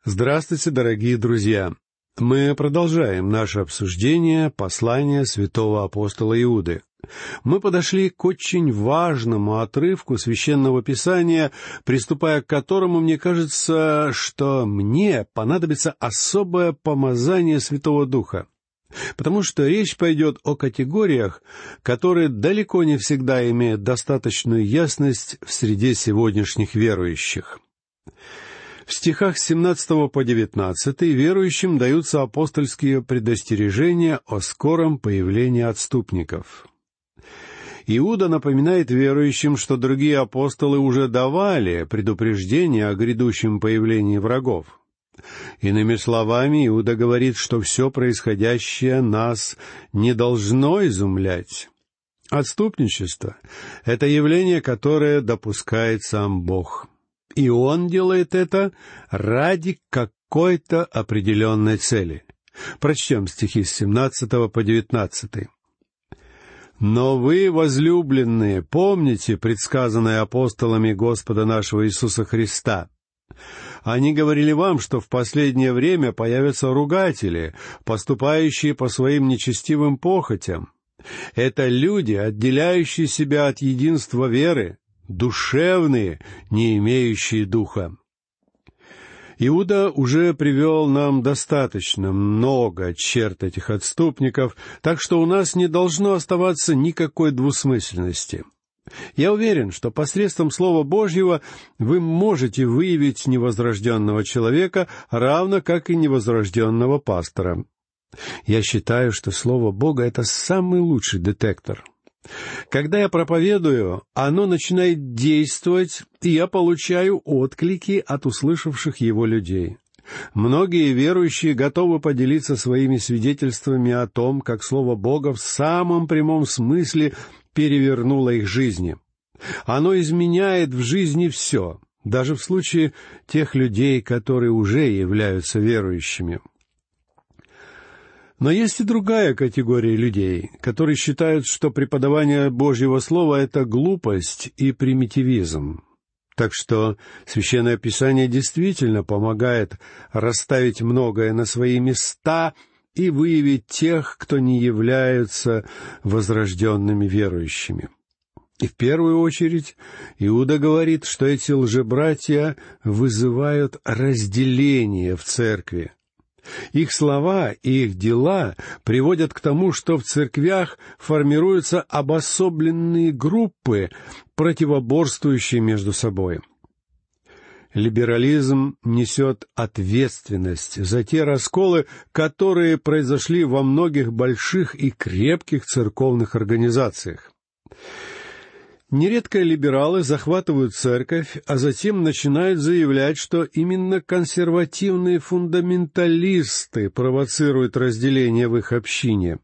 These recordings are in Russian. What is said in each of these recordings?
Здравствуйте, дорогие друзья! Мы продолжаем наше обсуждение послания святого апостола Иуды. Мы подошли к очень важному отрывку Священного Писания, приступая к которому, мне кажется, что мне понадобится особое помазание Святого Духа, потому что речь пойдет о категориях, которые далеко не всегда имеют достаточную ясность в среде сегодняшних верующих. В стихах с 17 по 19 верующим даются апостольские предостережения о скором появлении отступников. Иуда напоминает верующим, что другие апостолы уже давали предупреждение о грядущем появлении врагов. Иными словами, Иуда говорит, что все происходящее нас не должно изумлять. Отступничество — это явление, которое допускает сам Бог. И Он делает это ради какой-то определенной цели. Прочтем стихи с 17 по 19. «Но вы, возлюбленные, помните предсказанное апостолами Господа нашего Иисуса Христа. Они говорили вам, что в последнее время появятся ругатели, поступающие по своим нечестивым похотям. Это люди, отделяющие себя от единства веры, душевные, не имеющие духа». Иуда уже привел нам достаточно много черт этих отступников, так что у нас не должно оставаться никакой двусмысленности. Я уверен, что посредством Слова Божьего вы можете выявить невозрожденного человека, равно как и невозрожденного пастора. Я считаю, что Слово Бога — это самый лучший детектор. Когда я проповедую, оно начинает действовать, и я получаю отклики от услышавших его людей. Многие верующие готовы поделиться своими свидетельствами о том, как Слово Бога в самом прямом смысле перевернуло их жизни. Оно изменяет в жизни все, даже в случае тех людей, которые уже являются верующими. Но есть и другая категория людей, которые считают, что преподавание Божьего Слова — это глупость и примитивизм. Так что Священное Писание действительно помогает расставить многое на свои места и выявить тех, кто не являются возрожденными верующими. И в первую очередь Иуда говорит, что эти лжебратья вызывают разделение в церкви. Их слова и их дела приводят к тому, что в церквях формируются обособленные группы, противоборствующие между собой. Либерализм несет ответственность за те расколы, которые произошли во многих больших и крепких церковных организациях. Нередко либералы захватывают церковь, а затем начинают заявлять, что именно консервативные фундаменталисты провоцируют разделение в их общине.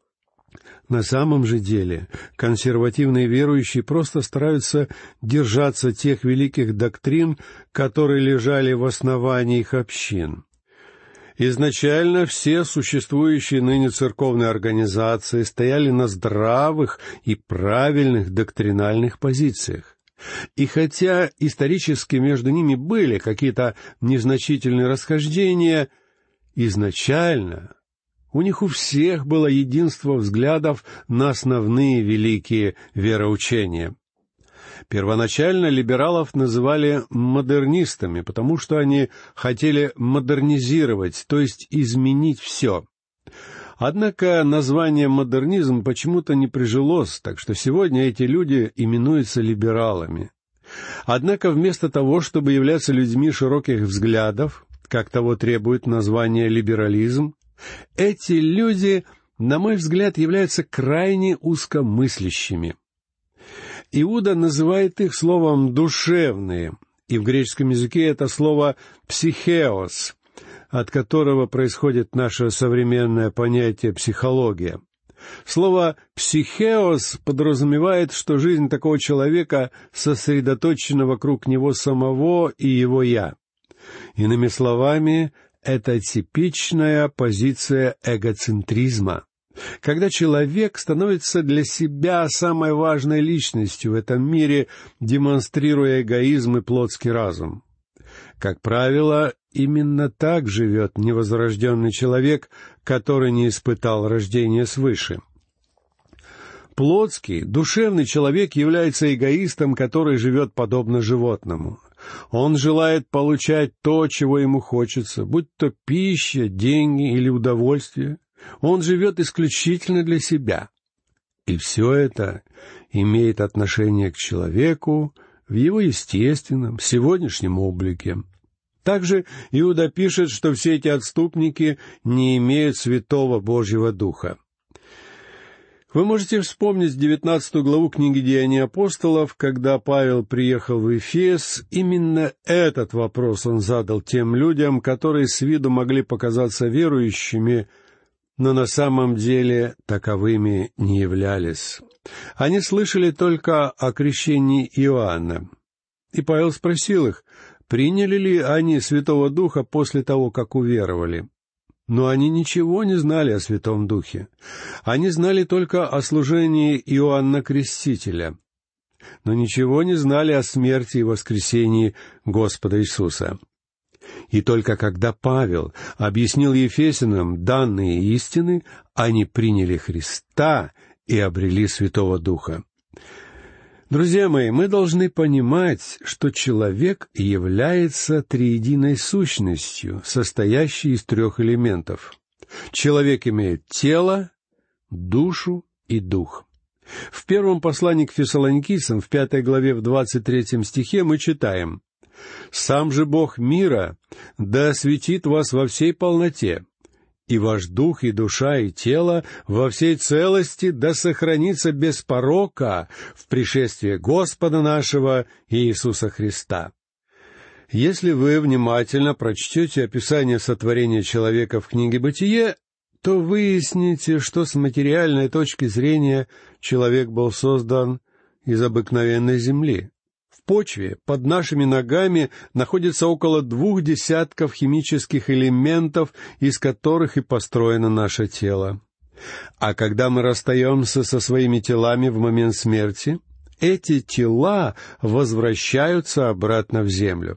На самом же деле консервативные верующие просто стараются держаться тех великих доктрин, которые лежали в основании их общин. Изначально все существующие ныне церковные организации стояли на здравых и правильных доктринальных позициях. И хотя исторически между ними были какие-то незначительные расхождения, изначально у них у всех было единство взглядов на основные великие вероучения. Первоначально либералов называли модернистами, потому что они хотели модернизировать, то есть изменить все. Однако название «модернизм» почему-то не прижилось, так что сегодня эти люди именуются либералами. Однако вместо того, чтобы являться людьми широких взглядов, как того требует название «либерализм», эти люди, на мой взгляд, являются крайне узкомыслящими. Иуда называет их словом «душевные», и в греческом языке это слово «психеос», от которого происходит наше современное понятие «психология». Слово «психеос» подразумевает, что жизнь такого человека сосредоточена вокруг него самого и его «я». Иными словами, это типичная позиция эгоцентризма, когда человек становится для себя самой важной личностью в этом мире, демонстрируя эгоизм и плотский разум. Как правило, именно так живет невозрожденный человек, который не испытал рождения свыше. Плотский, душевный человек является эгоистом, который живет подобно животному. Он желает получать то, чего ему хочется, будь то пища, деньги или удовольствие. Он живет исключительно для себя. И все это имеет отношение к человеку в его естественном, сегодняшнем облике. Также Иуда пишет, что все эти отступники не имеют Святого Божьего Духа. Вы можете вспомнить 19 главу книги «Деяния апостолов», когда Павел приехал в Эфес. Именно этот вопрос он задал тем людям, которые с виду могли показаться верующими, но на самом деле таковыми не являлись. Они слышали только о крещении Иоанна. И Павел спросил их, приняли ли они Святого Духа после того, как уверовали. Но они ничего не знали о Святом Духе. Они знали только о служении Иоанна Крестителя, но ничего не знали о смерти и воскресении Господа Иисуса. И только когда Павел объяснил ефесянам данные истины, они приняли Христа и обрели Святого Духа. Друзья мои, мы должны понимать, что человек является триединой сущностью, состоящей из 3 элементов. Человек имеет тело, душу и дух. В первом послании к Фессалоникийцам, в 5 главе, в 23 стихе мы читаем: «Сам же Бог мира да осветит вас во всей полноте, и ваш дух, и душа, и тело во всей целости да сохранится без порока в пришествии Господа нашего Иисуса Христа». Если вы внимательно прочтете описание сотворения человека в книге «Бытие», то выясните, что с материальной точки зрения человек был создан из обыкновенной земли. В почве под нашими ногами находится около 20 химических элементов, из которых и построено наше тело. А когда мы расстаемся со своими телами в момент смерти, эти тела возвращаются обратно в землю.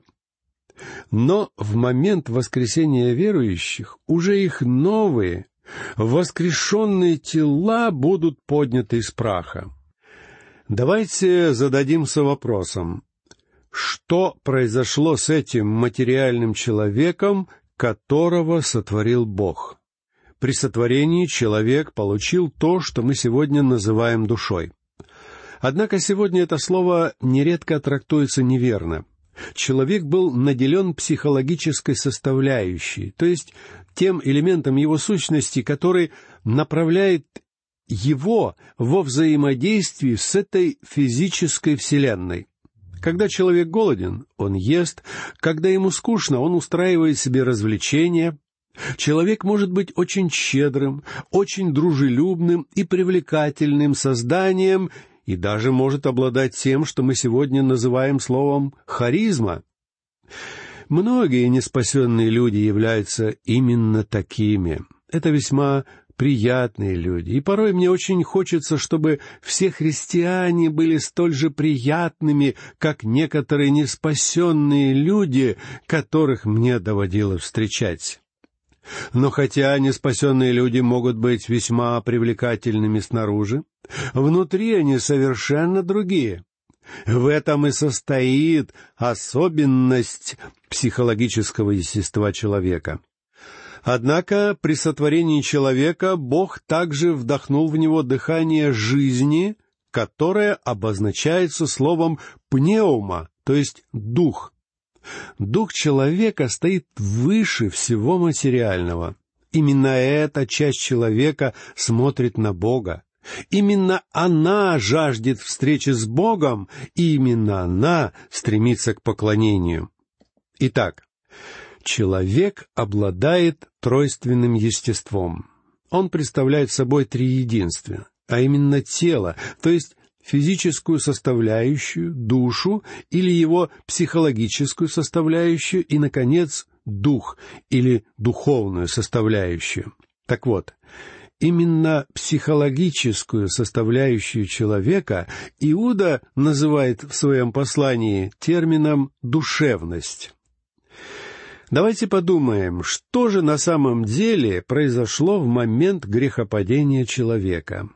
Но в момент воскресения верующих уже их новые, воскрешенные тела будут подняты из праха. Давайте зададимся вопросом, что произошло с этим материальным человеком, которого сотворил Бог? При сотворении человек получил то, что мы сегодня называем душой. Однако сегодня это слово нередко трактуется неверно. Человек был наделен психологической составляющей, то есть тем элементом его сущности, который направляет его во взаимодействии с этой физической вселенной. Когда человек голоден, он ест, когда ему скучно, он устраивает себе развлечения. Человек может быть очень щедрым, очень дружелюбным и привлекательным созданием, и даже может обладать тем, что мы сегодня называем словом «харизма». Многие неспасенные люди являются именно такими. Это весьма приятные люди, и порой мне очень хочется, чтобы все христиане были столь же приятными, как некоторые неспасенные люди, которых мне доводилось встречать. Но хотя неспасенные люди могут быть весьма привлекательными снаружи, внутри они совершенно другие. В этом и состоит особенность психологического естества человека. Однако при сотворении человека Бог также вдохнул в него дыхание жизни, которое обозначается словом «пневма», то есть «дух». Дух человека стоит выше всего материального. Именно эта часть человека смотрит на Бога. Именно она жаждет встречи с Богом, и именно она стремится к поклонению. Итак, человек обладает тройственным естеством. Он представляет собой триединство, а именно тело, то есть физическую составляющую, душу или его психологическую составляющую и, наконец, дух или духовную составляющую. Так вот, именно психологическую составляющую человека Иуда называет в своем послании термином «душевность». Давайте подумаем, что же на самом деле произошло в момент грехопадения человека.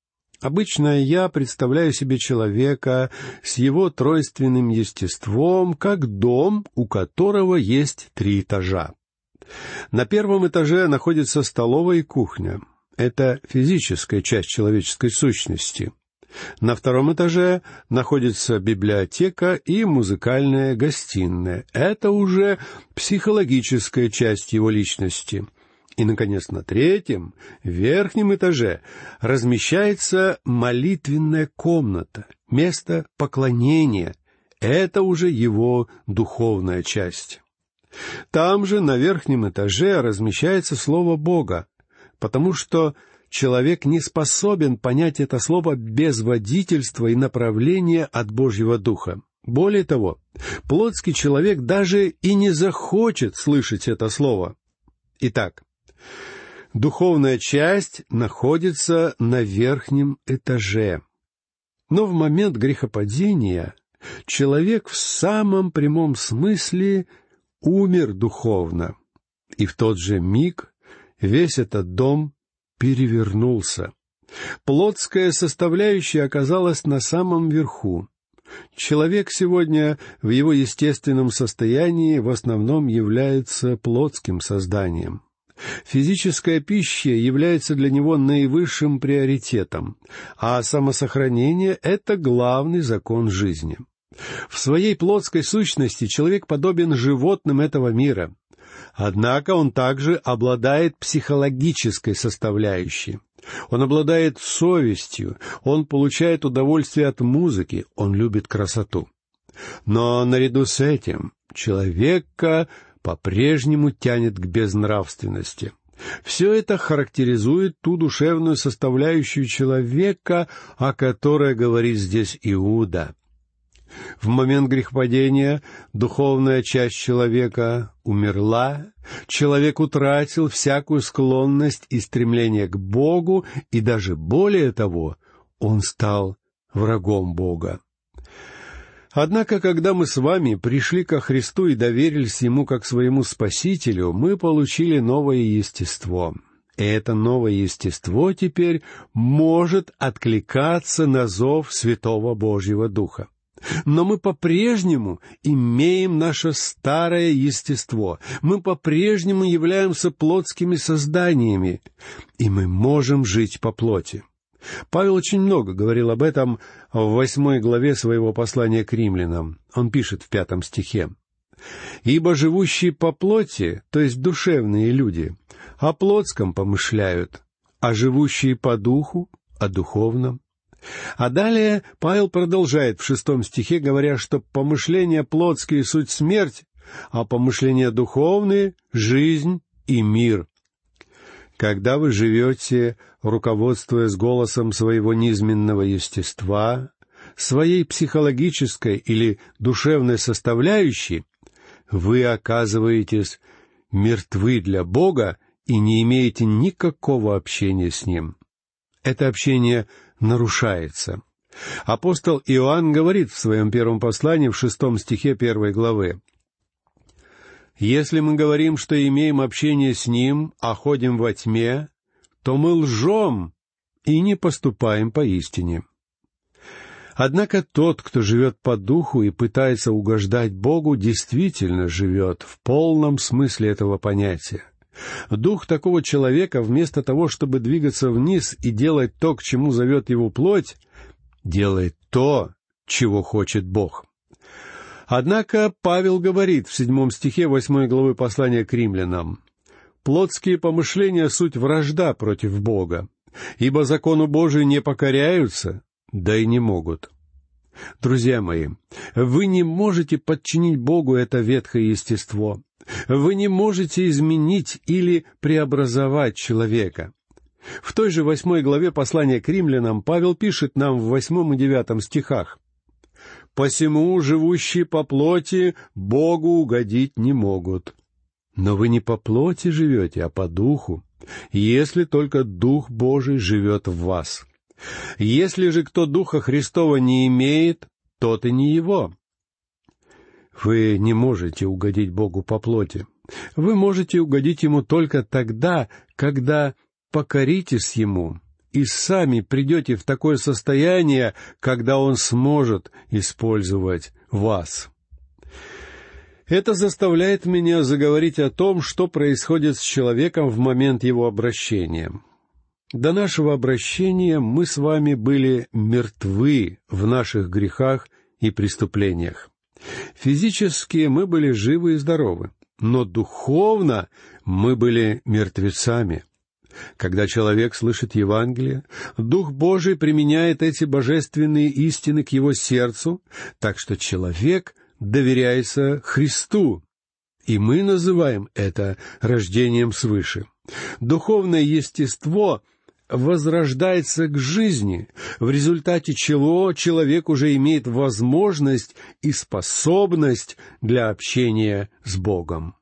Обычно я представляю себе человека с его тройственным естеством как дом, у которого есть 3 этажа. На первом этаже находится столовая и кухня. Это физическая часть человеческой сущности. На втором этаже находится библиотека и музыкальная гостиная. Это уже психологическая часть его личности. И, наконец, на третьем, верхнем этаже, размещается молитвенная комната, место поклонения. Это уже его духовная часть. Там же, на верхнем этаже, размещается Слово Бога, потому что человек не способен понять это слово без водительства и направления от Божьего Духа. Более того, плотский человек даже и не захочет слышать это слово. Итак, духовная часть находится на верхнем этаже. Но в момент грехопадения человек в самом прямом смысле умер духовно. И в тот же миг весь этот дом перевернулся. Плотская составляющая оказалась на самом верху. Человек сегодня в его естественном состоянии в основном является плотским созданием. Физическая пища является для него наивысшим приоритетом, а самосохранение — это главный закон жизни. В своей плотской сущности человек подобен животным этого мира. Однако он также обладает психологической составляющей. Он обладает совестью, он получает удовольствие от музыки, он любит красоту. Но наряду с этим человека по-прежнему тянет к безнравственности. Все это характеризует ту душевную составляющую человека, о которой говорит здесь Иуда. В момент грехопадения духовная часть человека умерла, человек утратил всякую склонность и стремление к Богу, и даже более того, он стал врагом Бога. Однако, когда мы с вами пришли ко Христу и доверились Ему как своему Спасителю, мы получили новое естество. И это новое естество теперь может откликаться на зов Святого Божьего Духа. Но мы по-прежнему имеем наше старое естество, мы по-прежнему являемся плотскими созданиями, и мы можем жить по плоти. Павел очень много говорил об этом в 8 главе своего послания к римлянам. Он пишет в 5 стихе: «Ибо живущие по плоти, то есть душевные люди, о плотском помышляют, а живущие по духу — о духовном». А далее Павел продолжает в 6 стихе, говоря, что помышления плотские — суть смерть, а помышления духовные — жизнь и мир. Когда вы живете, руководствуясь голосом своего низменного естества, своей психологической или душевной составляющей, вы оказываетесь мертвы для Бога и не имеете никакого общения с Ним. Это общение нарушается. Апостол Иоанн говорит в своем первом послании в 6 стихе 1 главы: «Если мы говорим, что имеем общение с Ним, а ходим во тьме, то мы лжем и не поступаем по истине». Однако тот, кто живет по духу и пытается угождать Богу, действительно живет в полном смысле этого понятия. Дух такого человека, вместо того, чтобы двигаться вниз и делать то, к чему зовет его плоть, делает то, чего хочет Бог. Однако Павел говорит в 7 стихе 8 главы послания к римлянам: «Плотские помышления — суть вражда против Бога, ибо закону Божию не покоряются, да и не могут». Друзья мои, вы не можете подчинить Богу это ветхое естество. Вы не можете изменить или преобразовать человека. В той же 8 главе послания к римлянам Павел пишет нам в 8 и 9 стихах: «Посему живущие по плоти Богу угодить не могут». Но вы не по плоти живете, а по духу, если только Дух Божий живет в вас. Если же кто Духа Христова не имеет, тот и не его. Вы не можете угодить Богу по плоти. Вы можете угодить Ему только тогда, когда покоритесь Ему и сами придете в такое состояние, когда Он сможет использовать вас. Это заставляет меня заговорить о том, что происходит с человеком в момент его обращения. До нашего обращения мы с вами были мертвы в наших грехах и преступлениях. Физически мы были живы и здоровы, но духовно мы были мертвецами. Когда человек слышит Евангелие, Дух Божий применяет эти божественные истины к его сердцу, так что человек доверяется Христу, и мы называем это рождением свыше. Духовное естество возрождается к жизни, в результате чего человек уже имеет возможность и способность для общения с Богом.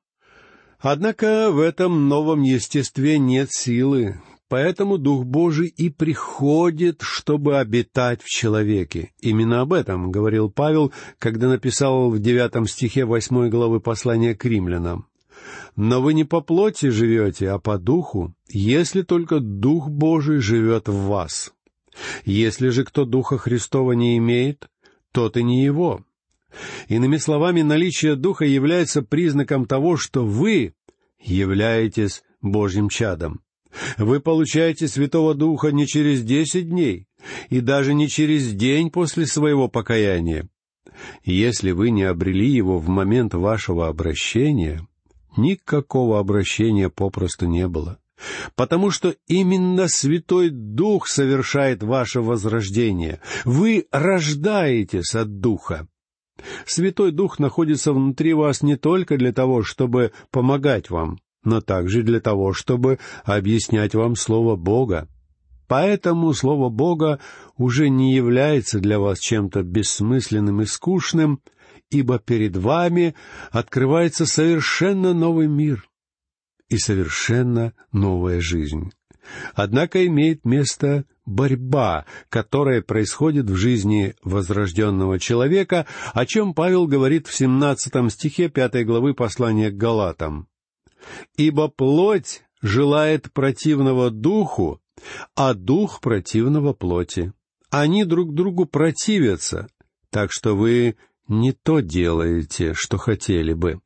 Однако в этом новом естестве нет силы, поэтому Дух Божий и приходит, чтобы обитать в человеке. Именно об этом говорил Павел, когда написал в 9 стихе 8 главы послания к римлянам. «Но вы не по плоти живете, а по духу, если только Дух Божий живет в вас. Если же кто Духа Христова не имеет, тот и не его». Иными словами, наличие Духа является признаком того, что вы являетесь Божьим чадом. Вы получаете Святого Духа не через 10 дней и даже не через день после своего покаяния. Если вы не обрели Его в момент вашего обращения, никакого обращения попросту не было, потому что именно Святой Дух совершает ваше возрождение. Вы рождаетесь от Духа. Святой Дух находится внутри вас не только для того, чтобы помогать вам, но также для того, чтобы объяснять вам Слово Бога. Поэтому Слово Бога уже не является для вас чем-то бессмысленным и скучным, ибо перед вами открывается совершенно новый мир и совершенно новая жизнь. Однако имеет место борьба, которая происходит в жизни возрожденного человека, о чем Павел говорит в 17 стихе 5 главы послания к Галатам. «Ибо плоть желает противного духу, а дух противного плоти. Они друг другу противятся, так что вы не то делаете, что хотели бы».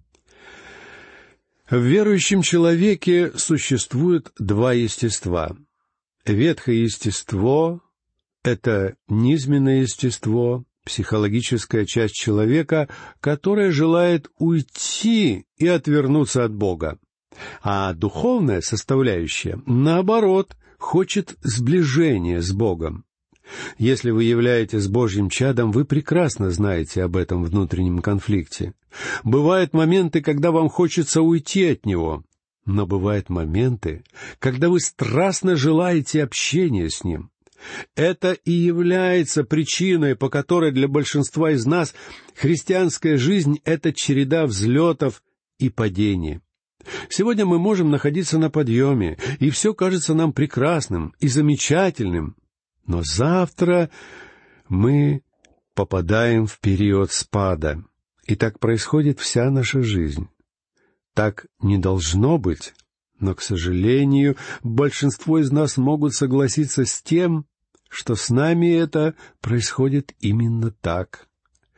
В верующем человеке существует два естества. Ветхое естество — это низменное естество, психологическая часть человека, которая желает уйти и отвернуться от Бога. А духовная составляющая, наоборот, хочет сближения с Богом. Если вы являетесь Божьим чадом, вы прекрасно знаете об этом внутреннем конфликте. Бывают моменты, когда вам хочется уйти от Него, но бывают моменты, когда вы страстно желаете общения с Ним. Это и является причиной, по которой для большинства из нас христианская жизнь — это череда взлетов и падений. Сегодня мы можем находиться на подъеме, и все кажется нам прекрасным и замечательным, но завтра мы попадаем в период спада, и так происходит вся наша жизнь. Так не должно быть, но, к сожалению, большинство из нас могут согласиться с тем, что с нами это происходит именно так.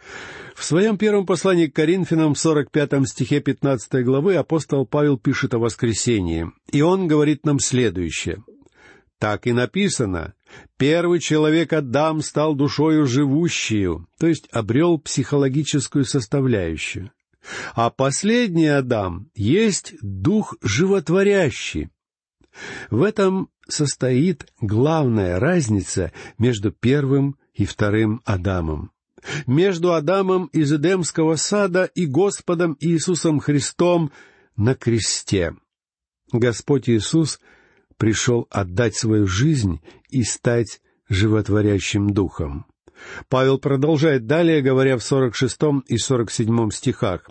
В своем первом послании к Коринфянам, в 45 стихе 15 главы, апостол Павел пишет о воскресении, и он говорит нам следующее. «Так и написано, первый человек Адам стал душою живущею, то есть обрел психологическую составляющую. А последний Адам есть дух животворящий». В этом состоит главная разница между первым и вторым Адамом. Между Адамом из Эдемского сада и Господом Иисусом Христом на кресте. Господь Иисус пришел отдать свою жизнь и стать животворящим духом. Павел продолжает далее, говоря в 46 и 47 стихах.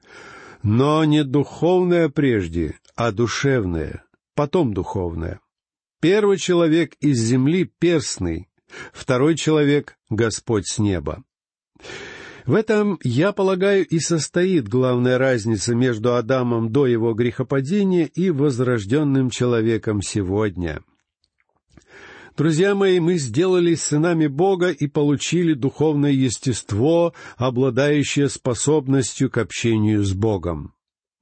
«Но не духовное прежде, а душевное, потом духовное. Первый человек из земли перстный, второй человек — Господь с неба». В этом, я полагаю, и состоит главная разница между Адамом до его грехопадения и возрожденным человеком сегодня. Друзья мои, мы сделались сынами Бога и получили духовное естество, обладающее способностью к общению с Богом.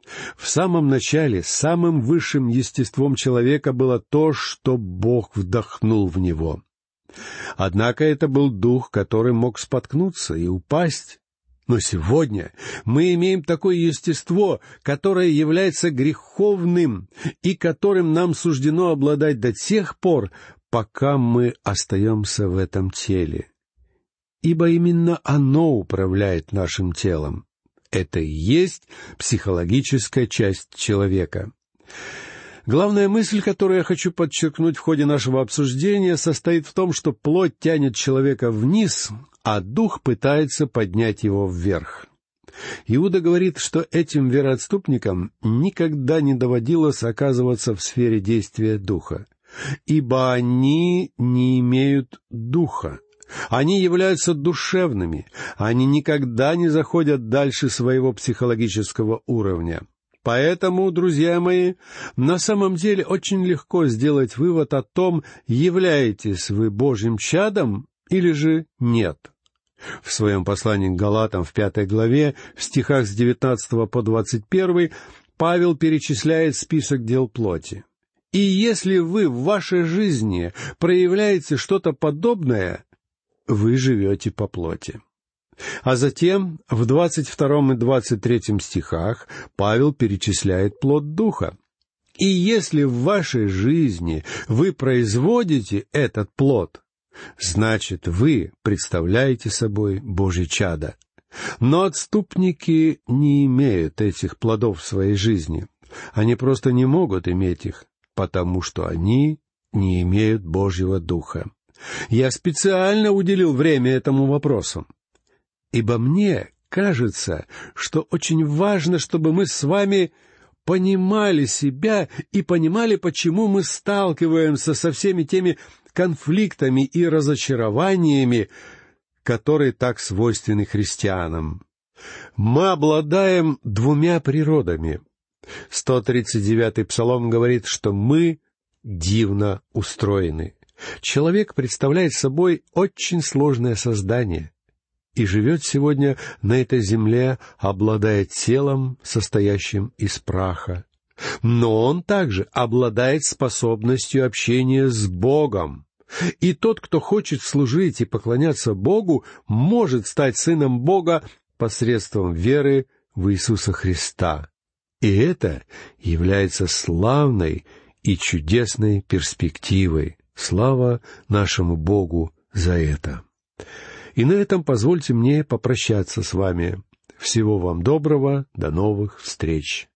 В самом начале самым высшим естеством человека было то, что Бог вдохнул в него. Однако это был дух, который мог споткнуться и упасть. Но сегодня мы имеем такое естество, которое является греховным и которым нам суждено обладать до тех пор, пока мы остаемся в этом теле. Ибо именно оно управляет нашим телом. Это и есть психологическая часть человека. Главная мысль, которую я хочу подчеркнуть в ходе нашего обсуждения, состоит в том, что плоть тянет человека вниз, а дух пытается поднять его вверх. Иуда говорит, что этим вероотступникам никогда не доводилось оказываться в сфере действия духа, ибо они не имеют духа. Они являются душевными, они никогда не заходят дальше своего психологического уровня. Поэтому, друзья мои, на самом деле очень легко сделать вывод о том, являетесь вы Божьим чадом или же нет. В своем послании к Галатам в 5 главе, в стихах с 19 по 21, Павел перечисляет список дел плоти. И если вы в вашей жизни проявляете что-то подобное, вы живете по плоти. А затем в 22 и 23 стихах Павел перечисляет плод Духа. И если в вашей жизни вы производите этот плод, значит, вы представляете собой Божье чадо. Но отступники не имеют этих плодов в своей жизни. Они просто не могут иметь их, потому что они не имеют Божьего Духа. Я специально уделил время этому вопросу, ибо мне кажется, что очень важно, чтобы мы с вами понимали себя и понимали, почему мы сталкиваемся со всеми теми конфликтами и разочарованиями, которые так свойственны христианам. Мы обладаем двумя природами. 139-й Псалом говорит, что мы дивно устроены. Человек представляет собой очень сложное создание и живет сегодня на этой земле, обладая телом, состоящим из праха. Но он также обладает способностью общения с Богом. И тот, кто хочет служить и поклоняться Богу, может стать сыном Бога посредством веры в Иисуса Христа. И это является славной и чудесной перспективой. Слава нашему Богу за это. И на этом позвольте мне попрощаться с вами. Всего вам доброго, до новых встреч.